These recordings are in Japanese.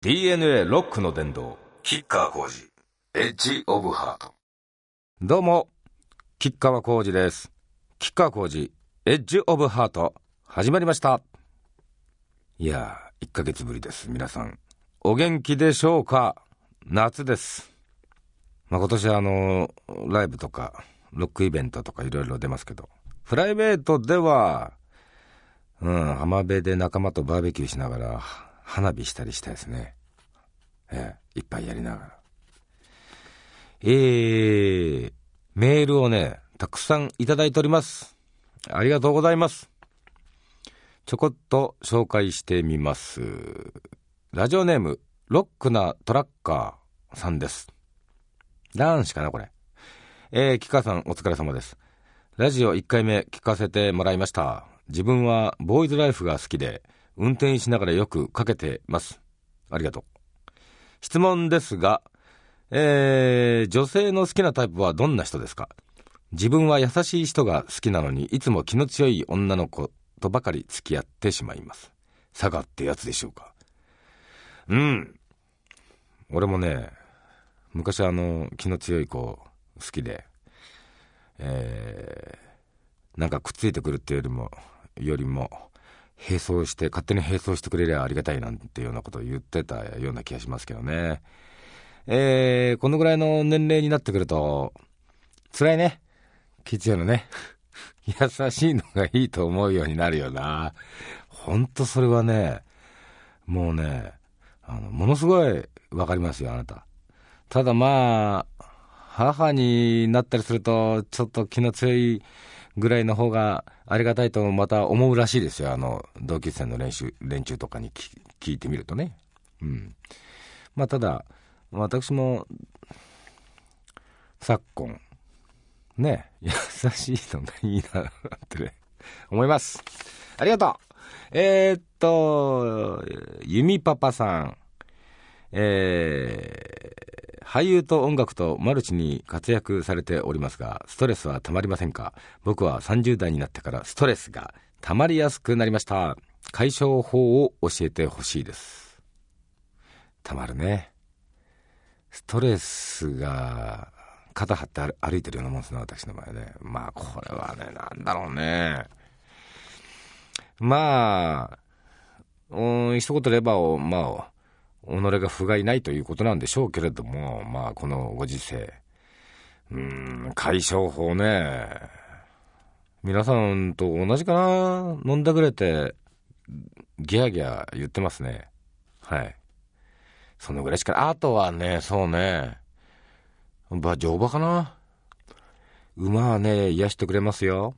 DNA ロックの殿堂、吉川晃司、エッジオブハート。どうも、吉川晃司です。吉川晃司、エッジオブハート、始まりました。いやー、1ヶ月ぶりです。皆さん、お元気でしょうか？夏です。今年ライブとか、ロックイベントとかいろいろ出ますけど、プライベートでは、浜辺で仲間とバーベキューしながら、花火したりしたいですね。いっぱいやりながら。メールをね、たくさんいただいております。ありがとうございます。ちょこっと紹介してみます。ラジオネーム、ロックなトラッカーさんです。男子かな、これ。吉川さん、お疲れ様です。ラジオ1回目聞かせてもらいました。自分はボーイズライフが好きで、運転しながらよくかけてます。ありがとう。質問ですが、女性の好きなタイプはどんな人ですか？自分は優しい人が好きなのに、いつも気の強い女の子とばかり付き合ってしまいます。佐賀ってやつでしょうか？俺もね、昔気の強い子好きで、なんかくっついてくるっていうよりも勝手に並走してくれりゃありがたいなんていうようなことを言ってたような気がしますけどね。このぐらいの年齢になってくると辛いね。きついのね。優しいのがいいと思うようになるよな。ほんとそれはね、もうね、ものすごいわかりますよ、あなた。ただまあ、母になったりするとちょっと気の強いぐらいの方がありがたいとまた思うらしいですよ。同級生の連中とかに聞いてみるとね。まあただ私も昨今ね、優しいのがいいなってね思います。ありがとう。ゆみパパさん、俳優と音楽とマルチに活躍されておりますが、ストレスはたまりませんか？僕は30代になってからストレスがたまりやすくなりました。解消法を教えてほしいです。たまるね。ストレスが肩張って歩いてるようなもんですね、私の場合ね。まあこれはね、なんだろうね。まあ一言で言えば己が不甲斐ないということなんでしょうけれども、まあこのご時世、解消法ね、皆さんと同じかな。飲んだくれてギャーギャー言ってますね。はい、そのぐらいしか。あとはね、そうね、乗馬かな。馬はね、癒してくれますよ。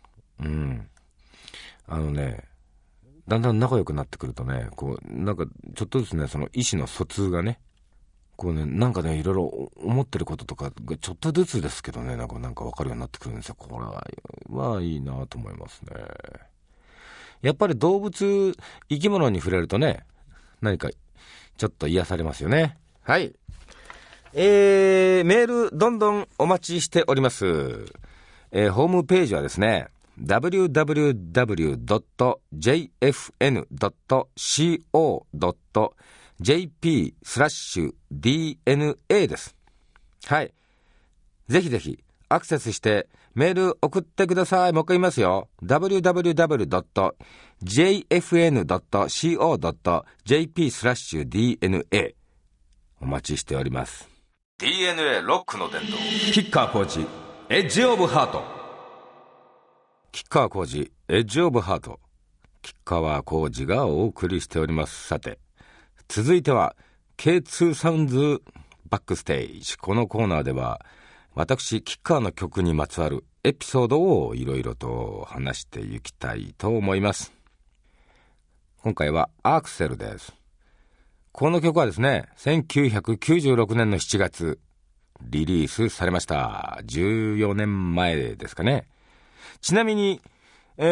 だんだん仲良くなってくるとね、こうなんかちょっとずつね、その意思の疎通がね、こうね、なんかね、いろいろ思ってることとかがちょっとずつですけどね、なんか分かるようになってくるんですよ。これはいいなと思いますね。やっぱり生き物に触れるとね、何かちょっと癒されますよね。はい。メールどんどんお待ちしております。ホームページはですね、www.jfn.co.jp/DNA です。はい。ぜひぜひアクセスしてメール送ってください。もう一回言いますよ。www.jfn.co.jp/DNA お待ちしております。DNA ロックの伝道、吉川晃司、エッジオブハート。吉川晃司、エッジオブハート。吉川晃司がお送りしております。さて、続いては K2 サウンズバックステージ。このコーナーでは私吉川の曲にまつわるエピソードをいろいろと話していきたいと思います。今回はアクセルです。この曲はですね、1996年の7月リリースされました。14年前ですかね。ちなみに、時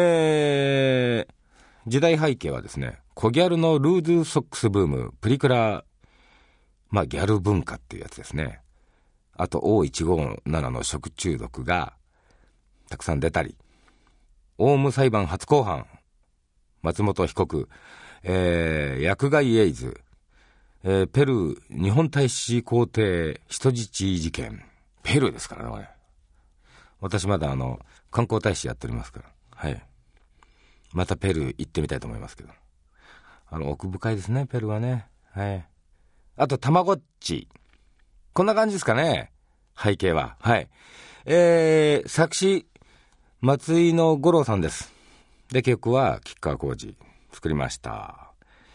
代背景はですね、コギャルのルーズソックスブーム、プリクラ、ギャル文化っていうやつですね。あと O157 の食中毒がたくさん出たり、オウム裁判初公判、松本被告、薬害エイズ、 ペルー日本大使公邸人質事件。ペルーですからね、これ。私まだ観光大使やっておりますから。はい。またペルー行ってみたいと思いますけど。奥深いですね、ペルーはね。はい。あと、たまごっち。こんな感じですかね。背景は。はい。作詞、松井の五郎さんです。で、曲は、吉川晃司作りました。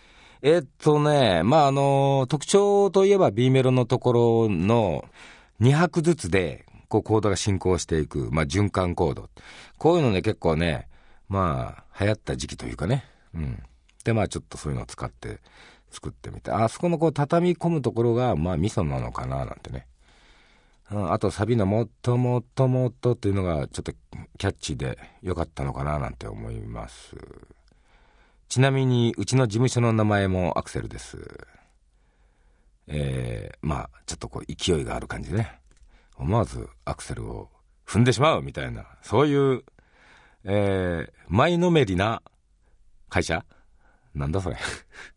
特徴といえば B メロのところの2拍ずつで、コードが進行していく、循環コード。こういうのね、結構ね、流行った時期というかね。うん。で、ちょっとそういうのを使って作ってみて。あそこの畳み込むところが、ミソなのかな、なんてね。あとサビのもっともっともっとっていうのがちょっとキャッチーで良かったのかななんて思います。ちなみにうちの事務所の名前もアクセルです。ちょっと勢いがある感じね。思わずアクセルを踏んでしまうみたいな、そういう、前のめりな会社なんだそれ。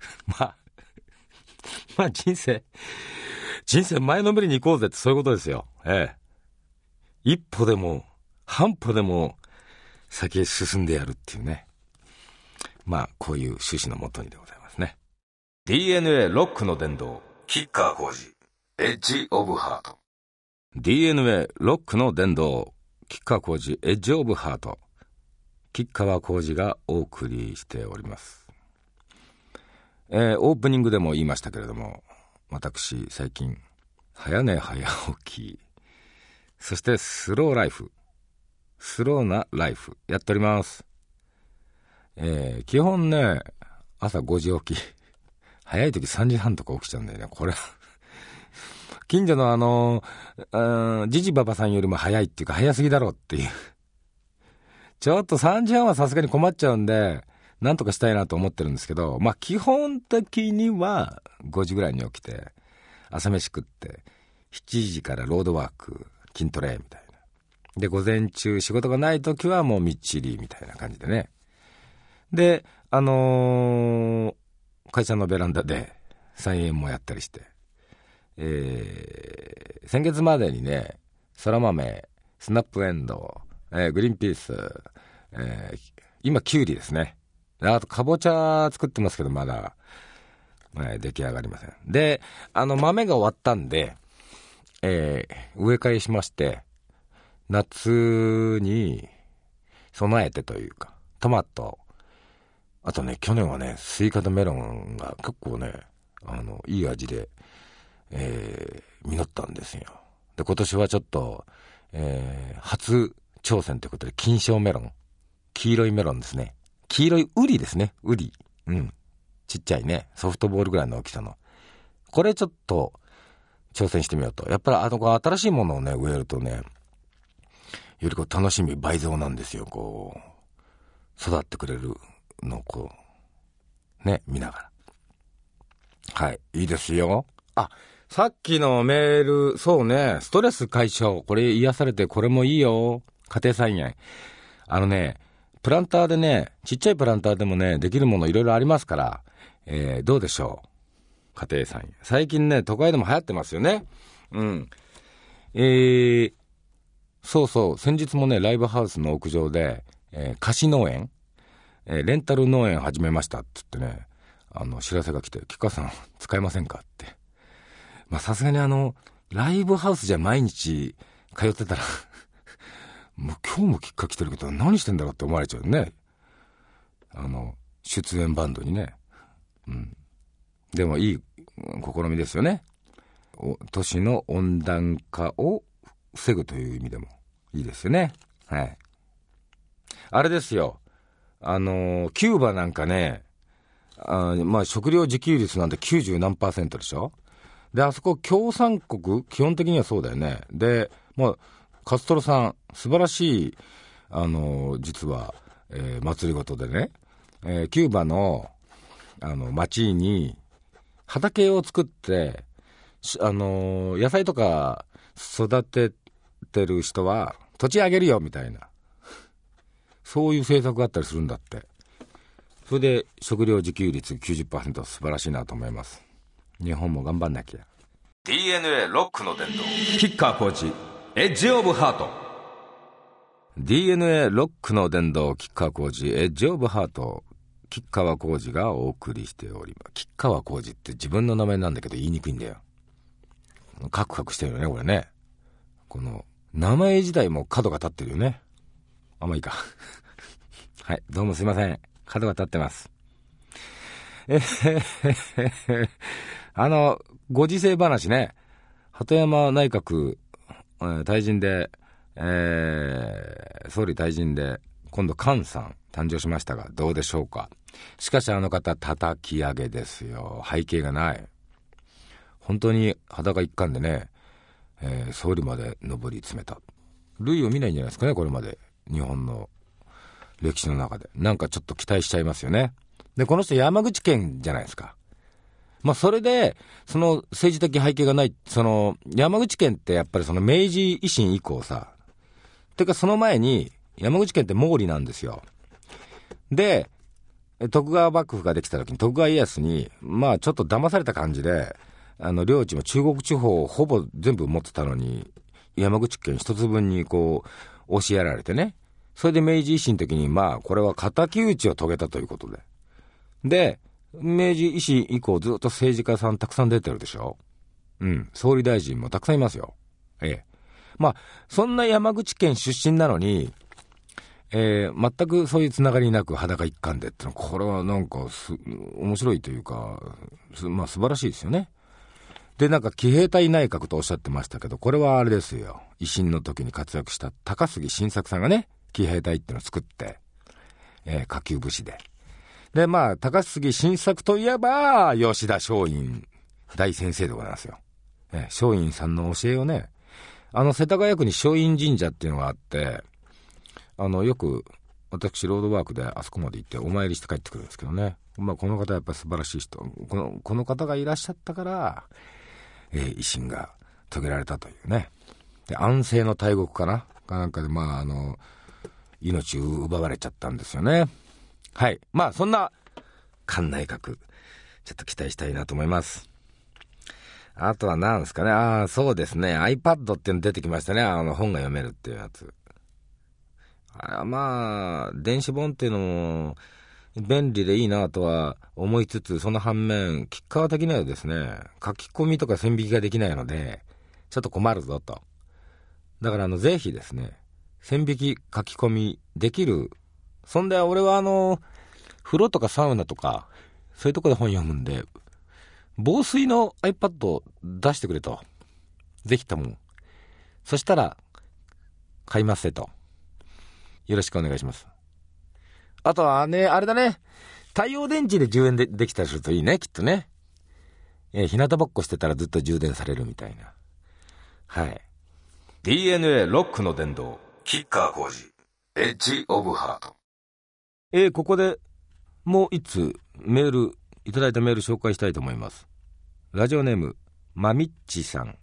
人生前のめりに行こうぜってそういうことですよ。一歩でも半歩でも先へ進んでやるっていうね。こういう趣旨のもとにでございますね。DNA ロックの殿堂、吉川晃司、エッジオブハート。DNA ロックの殿堂、吉川晃司、エッジオブハート。吉川晃司がお送りしております。オープニングでも言いましたけれども、私最近早寝早起き、そしてスローなライフやっております。基本ね、朝5時起き、早い時3時半とか起きちゃうんだよね。これ近所のじじばばさんよりも早いっていうか早すぎだろうっていうちょっと3時半はさすがに困っちゃうんで、なんとかしたいなと思ってるんですけど、基本的には5時ぐらいに起きて朝飯食って7時からロードワーク、筋トレみたいなで、午前中仕事がない時はもうみっちりみたいな感じでね。で、会社のベランダで菜園もやったりして、先月までにね、そら豆、スナップエンドウ、グリーンピース、今キュウリですね。あとかぼちゃ作ってますけどまだ、出来上がりません。で、豆が終わったんで、植え替えしまして、夏に備えてというか、トマト、あとね、去年はね、スイカとメロンが結構ね、いい味で、実ったんですよ。で、今年はちょっと、初挑戦ということで、金賞メロン。黄色いメロンですね。黄色いウリですね。ウリ。うん。ちっちゃいね。ソフトボールぐらいの大きさの。これちょっと、挑戦してみようと。やっぱり新しいものをね、植えるとね、より楽しみ倍増なんですよ。育ってくれるのをね、見ながら。はい、いいですよ。さっきのメール、そうね、ストレス解消、これ癒されて、これもいいよ。家庭菜園。プランターでね、ちっちゃいプランターでもね、できるものいろいろありますから、どうでしょう。家庭菜園。最近ね、都会でも流行ってますよね。うん。そうそう、先日もね、ライブハウスの屋上で、貸し農園、レンタル農園始めましたって言ってね、知らせが来て、吉川さん使えませんかって。さすがにライブハウスじゃ毎日通ってたらもう今日も吉川来てるけど何してんだろうって思われちゃうね。出演バンドにね。うん。でもいい試みですよね。都市の温暖化を防ぐという意味でもいいですよね。はい。あれですよ。キューバなんかね、食料自給率なんて90何%でしょ。で、あそこ共産国、基本的にはそうだよね。で、カストロさん、素晴らしい、実は、祭りごとでね、キューバの、町に、畑を作って、野菜とか育ててる人は、土地あげるよ、みたいな。そういう政策があったりするんだって。それで、食料自給率 90% 素晴らしいなと思います。 日本も頑張んなきゃ。 DNA ロックの伝道、キッカーコーチエッジオブハート。 DNA ロックの伝道、キッカーコーチエッジオブハート、吉川浩司がお送りしております。吉川浩司って自分の名前なんだけど言いにくいんだよ。カクカクしてるよねこれね。この名前自体も角が立ってるよね。あんまいいかはい、どうもすいません、角が立ってます。ご時世話ね、鳩山内閣、退陣で、総理退陣で今度菅さん誕生しましたが、どうでしょうか。しかしあの方叩き上げですよ。背景がない。本当に裸一貫でね、総理まで上り詰めた。類を見ないんじゃないですかね、これまで日本の歴史の中で。なんかちょっと期待しちゃいますよね。でこの人山口県じゃないですか。まあそれでその政治的背景がない、その山口県ってやっぱりその明治維新以降さ、てかその前に山口県って毛利なんですよ。で徳川幕府ができた時に徳川家康にまあちょっと騙された感じで、領地も中国地方をほぼ全部持ってたのに山口県一つ分にこう押しやられてね、それで明治維新の時にまあこれは敵討ちを遂げたということで明治維新以降ずっと政治家さんたくさん出てるでしょ。総理大臣もたくさんいますよ。まあそんな山口県出身なのに、全くそういうつながりなく裸一貫でってのは、これはなんか面白いというか、まあ素晴らしいですよね。でなんか騎兵隊内閣とおっしゃってましたけど、これはあれですよ、維新の時に活躍した高杉晋作さんがね騎兵隊っていうのを作って、下級武士でまあ高杉晋作といえば吉田松陰大先生でございますよ。松陰さんの教えをね、世田谷区に松陰神社っていうのがあって、よく私ロードワークであそこまで行ってお参りして帰ってくるんですけどね。まあこの方はやっぱり素晴らしい人、この方がいらっしゃったから、維新が遂げられたというね。で安政の大国かなんかでまあ命を奪われちゃったんですよね。はい、まあそんな菅内閣ちょっと期待したいなと思います。あとは何ですかね。そうですね、 iPad っていうの出てきましたね。本が読めるっていうやつ。まあ電子本っていうのも便利でいいなとは思いつつ、その反面吉川的にはですね、書き込みとか線引きができないのでちょっと困るぞと。だからぜひですね、線引き書き込みできる。そんで俺は風呂とかサウナとかそういうとこで本読むんで、防水の iPad を出してくれと、ぜひとも。そしたら買いますせと、よろしくお願いします。あとはね、あれだね、太陽電池で充電 できたりするといいね、きっとね。日向ぼっこしてたらずっと充電されるみたいな。はい。 DNA ロックの伝道、吉川浩司エッジオブハート。ここでもう一通メールいただいたメール紹介したいと思います。ラジオネームまみっちさん。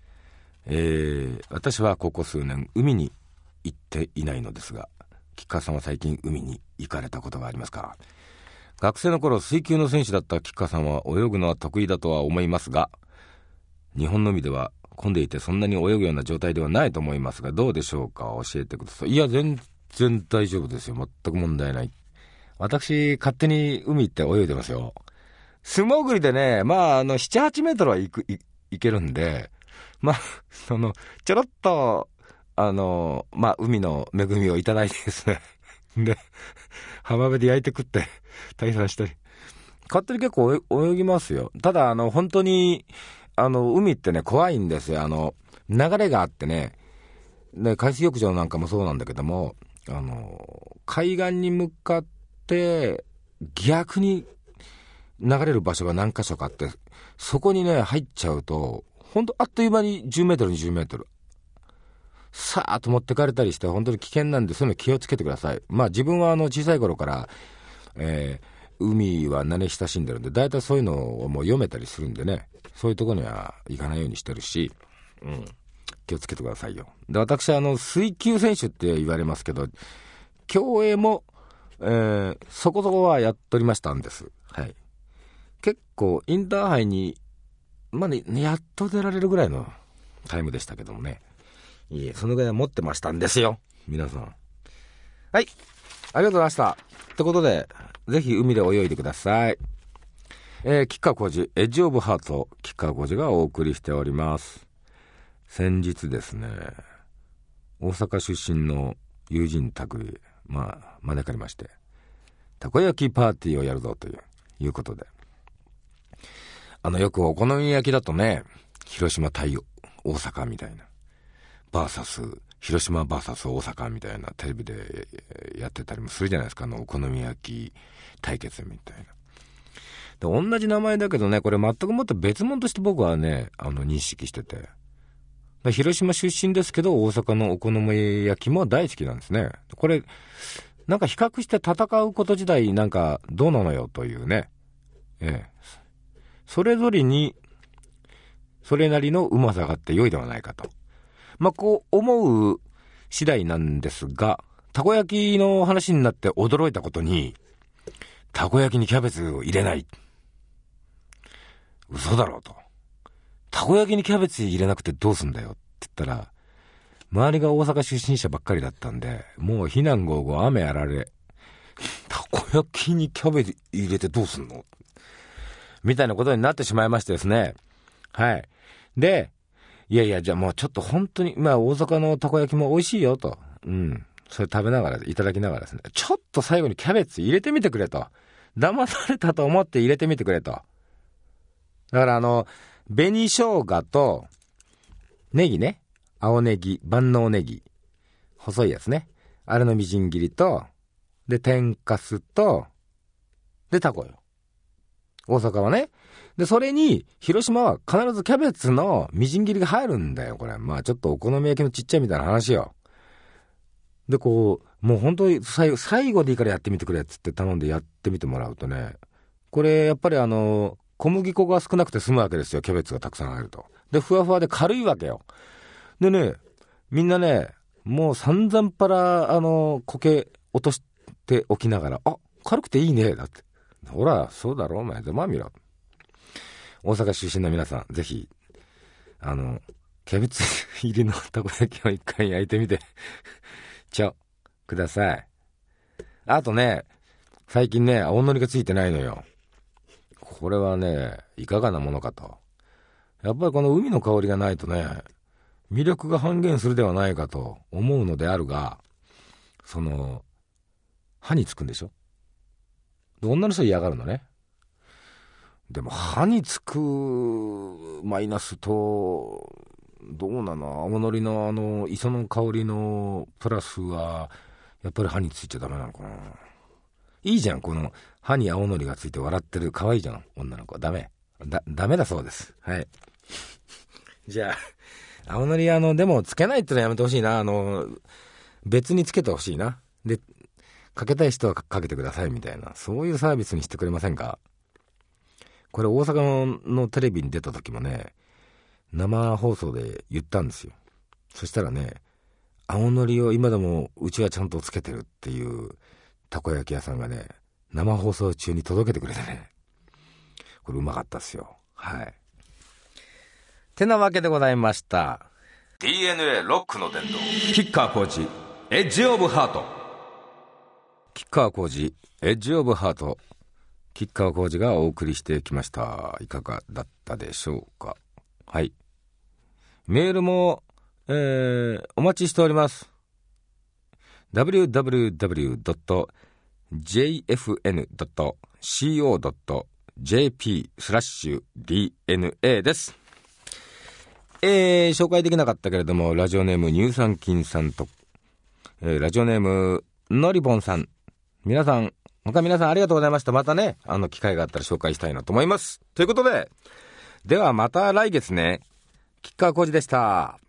私はここ数年海に行っていないのですが、吉川さんは最近海に行かれたことがありますか？学生の頃水球の選手だった吉川さんは泳ぐのは得意だとは思いますが、日本の海では混んでいてそんなに泳ぐような状態ではないと思いますが、どうでしょうか、教えてください。いや全然大丈夫ですよ、全く問題ない。私勝手に海行って泳いでますよ。素潜りでね、まあ7、8メートルは行けるんで、まあちょろっとまあ海の恵みをいただいてですねで浜辺で焼いて食って退散したり、勝手に結構泳ぎますよ。ただ本当に海ってね怖いんですよ。流れがあってね、で海水浴場なんかもそうなんだけども、海岸に向かって逆に流れる場所が何箇所かあって、そこにね入っちゃうと本当あっという間に10メートル20メートルさーっと持ってかれたりして本当に危険なんで、そういうの気をつけてください。まあ自分は小さい頃から、海は慣れ親しんでるんで、だいたいそういうのをもう読めたりするんでね、そういうところには行かないようにしてるし、気をつけてくださいよ。で私水球選手って言われますけど、競泳も、そこそこはやっとりましたんです。はい。結構インターハイにまあね、やっと出られるぐらいのタイムでしたけどもね。いえ、そのぐらい持ってましたんですよ、皆さん。はい、ありがとうございました。ってことで、ぜひ海で泳いでください。吉川晃司エッジオブハート、吉川晃司がお送りしております。先日ですね、大阪出身の友人宅、招かれまして、たこ焼きパーティーをやるぞということで、よくお好み焼きだとね、広島対大阪みたいな、広島 VS 大阪みたいなテレビでやってたりもするじゃないですか。お好み焼き対決みたいな。で、同じ名前だけどね、これ全くもって別物として僕はね、認識してて。広島出身ですけど、大阪のお好み焼きも大好きなんですね。これ、なんか比較して戦うこと自体なんかどうなのよというね。それぞれに、それなりのうまさがあって良いではないかと。こう思う次第なんですが、たこ焼きの話になって驚いたことに、たこ焼きにキャベツを入れない。嘘だろうと。たこ焼きにキャベツ入れなくてどうすんだよって言ったら、周りが大阪出身者ばっかりだったんで、もう非難ごうごう雨あられ。たこ焼きにキャベツ入れてどうすんのみたいなことになってしまいましてですね。はい。で、じゃあもうちょっと本当に、大阪のたこ焼きも美味しいよと。それ食べながら、いただきながらですね。ちょっと最後にキャベツ入れてみてくれと。騙されたと思って入れてみてくれと。だから紅生姜と、ネギね。青ネギ、万能ネギ。細いやつね。あれのみじん切りと、で、天かすと、で、タコよ。大阪はね。で、それに、広島は必ずキャベツのみじん切りが入るんだよ、これ。ちょっとお好み焼きのちっちゃいみたいな話よ。で、こう、もう本当に最後でいいからやってみてくれっつって頼んでやってみてもらうとね、これやっぱり小麦粉が少なくて済むわけですよ、キャベツがたくさん入ると。で、ふわふわで軽いわけよ。でね、みんなね、もう散々パラ、苔落としておきながら、軽くていいね、だって。ほら、そうだろ、お前、見ろ。大阪出身の皆さん、ぜひ、キャベツ入りのたこ焼きを一回焼いてみて、ください。あとね、最近ね、青のりがついてないのよ。これはね、いかがなものかと。やっぱりこの海の香りがないとね、魅力が半減するではないかと思うのであるが、歯につくんでしょ。で、女の人嫌がるのね。でも歯につくマイナスと、どうなの、青のりの磯の香りのプラスはやっぱり歯についちゃダメなのかな。いいじゃん、この歯に青のりがついて笑ってる可愛いじゃん、女の子。ダメだそうです。はい。じゃあ青のりでもつけないってのはやめてほしいな。別につけてほしいな。で、かけたい人はかけてくださいみたいな、そういうサービスにしてくれませんか。これ大阪のテレビに出た時もね、生放送で言ったんですよ。そしたらね、青のりを今でもうちはちゃんとつけてるっていうたこ焼き屋さんがね、生放送中に届けてくれてね、これうまかったっすよ。はい。てなわけでございました。 DNA ロックの伝道、吉川晃司エッジオブハート。吉川晃司エッジオブハート、吉川晃司がお送りしてきました。いかがだったでしょうか。はい。メールも、お待ちしております。www.jfn.co.jp/DNA です。紹介できなかったけれども、ラジオネーム乳酸菌さんと、ラジオネームのりぼんさん、皆さんありがとうございました。またね、機会があったら紹介したいなと思います。ということで、ではまた来月ね。吉川晃司でした。